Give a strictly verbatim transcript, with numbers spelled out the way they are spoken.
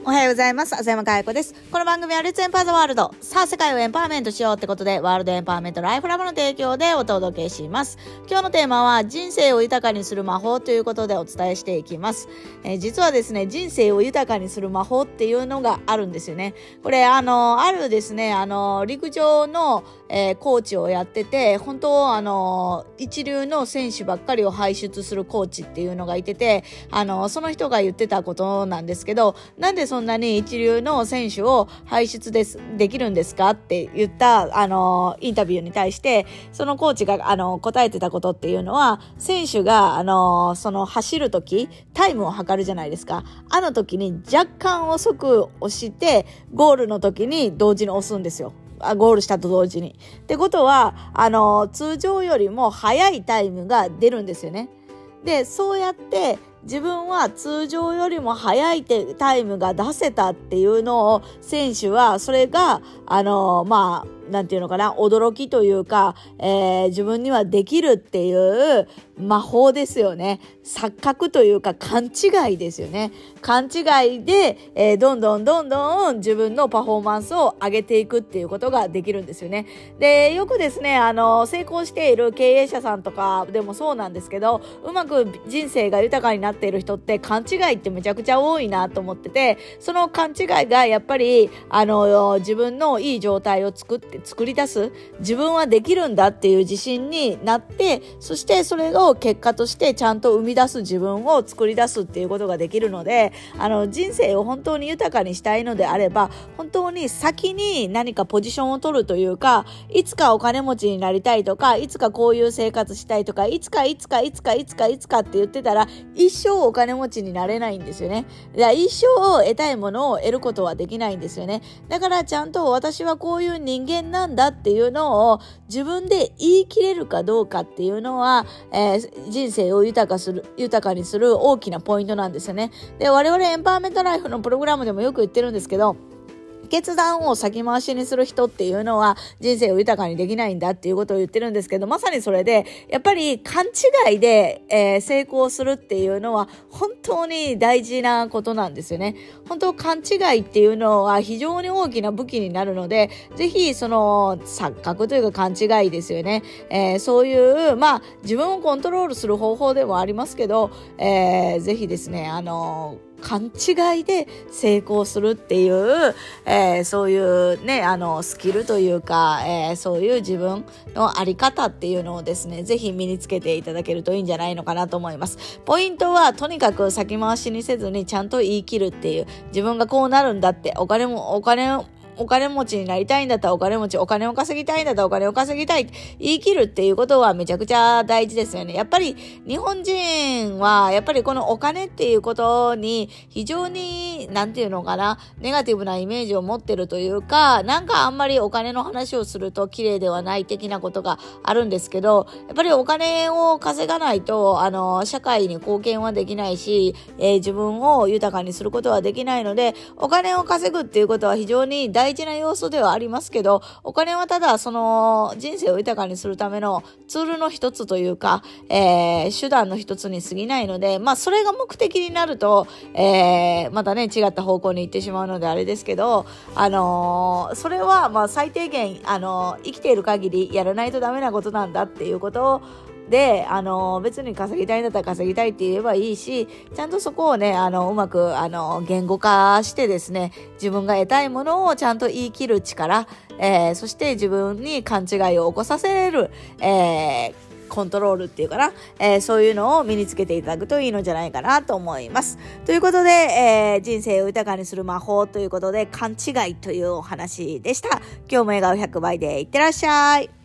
おはようございます。浅山かや子です。この番組はレッツエンパワーザワールド。さあ世界をエンパワーメントしようってことで、ワールドエンパワーメントライフラボの提供でお届けします。今日のテーマは人生を豊かにする魔法ということでお伝えしていきます。えー、実はですね、人生を豊かにする魔法っていうのがあるんですよね。これあのあるですね、あの陸上の、えー、コーチをやってて、本当あの一流の選手ばっかりを輩出するコーチっていうのがいてて、あのその人が言ってたことなんですけど、なんでそんなに一流の選手を輩出ですできるんですかって言ったあのインタビューに対して、そのコーチがあの答えてたことっていうのは、選手があのその走る時タイムを測るじゃないですか。あの時に若干遅く押してゴールの時に同時に押すんですよ。ゴールしたと同時に。ってことはあの通常よりも速いタイムが出るんですよね。で、そうやって自分は通常よりも速いタイムが出せたっていうのを、選手はそれがあのまあなんていうのかな、驚きというか、えー、自分にはできるっていう魔法ですよね。錯覚というか勘違いですよね。勘違いで、えー、どんどんどんどん自分のパフォーマンスを上げていくっていうことができるんですよね。で、よくですね、あの成功している経営者さんとかでもそうなんですけど、うまく人生が豊かになっている人って勘違いってめちゃくちゃ多いなと思ってて、その勘違いがやっぱりあの自分のいい状態を作って作り出す、自分はできるんだっていう自信になって、そしてそれを結果としてちゃんと生み出す自分を作り出すっていうことができるので、あの人生を本当に豊かにしたいのであれば、本当に先に何かポジションを取るというか、いつかお金持ちになりたいとか、いつかこういう生活したいとか、いつかいつかいつかいつかいつかって言ってたら一生お金持ちになれないんですよね。だから一生得たいものを得ることはできないんですよね。だからちゃんと私はこういう人間なんだっていうのを自分で言い切れるかどうかっていうのは、えー、人生を豊かする豊かにする大きなポイントなんですよね。で、我々エンパワーメントライフのプログラムでもよく言ってるんですけど、決断を先回しにする人っていうのは人生を豊かにできないんだっていうことを言ってるんですけど、まさにそれで、やっぱり勘違いで、えー、成功するっていうのは本当に大事なことなんですよね。本当勘違いっていうのは非常に大きな武器になるので、ぜひその錯覚というか勘違いですよね、えー、そういうまあ自分をコントロールする方法でもありますけど、えー、ぜひですね、あのー勘違いで成功するっていう、えー、そういうね、あのスキルというか、えー、そういう自分のあり方っていうのをですね、ぜひ身につけていただけるといいんじゃないのかなと思います。ポイントはとにかく先回しにせずにちゃんと言い切るっていう、自分がこうなるんだって、お金もお金をお金持ちになりたいんだったらお金持ち、お金を稼ぎたいんだったらお金を稼ぎたい、言い切るっていうことはめちゃくちゃ大事ですよね。やっぱり日本人はやっぱりこのお金っていうことに非常になんていうのかな、ネガティブなイメージを持ってるというか、なんかあんまりお金の話をすると綺麗ではない的なことがあるんですけど、やっぱりお金を稼がないとあの社会に貢献はできないし、えー、自分を豊かにすることはできないので、お金を稼ぐっていうことは非常に大事大事な要素ではありますけど、お金はただその人生を豊かにするためのツールの一つというか、えー、手段の一つに過ぎないので、まあそれが目的になると、えー、またね違った方向に行ってしまうのであれですけど、あのー、それはまあ最低限、あのー、生きている限りやらないとダメなことなんだっていうことをで、あの別に稼ぎたいんだったら稼ぎたいって言えばいいし、ちゃんとそこをね、あのうまくあの言語化してですね、自分が得たいものをちゃんと言い切る力、えー、そして自分に勘違いを起こさせれる、えーコントロールっていうかな、えー、そういうのを身につけていただくといいのじゃないかなと思います。ということで、えー、人生を豊かにする魔法ということで、勘違いというお話でした。今日も笑顔ひゃくばいでいってらっしゃい。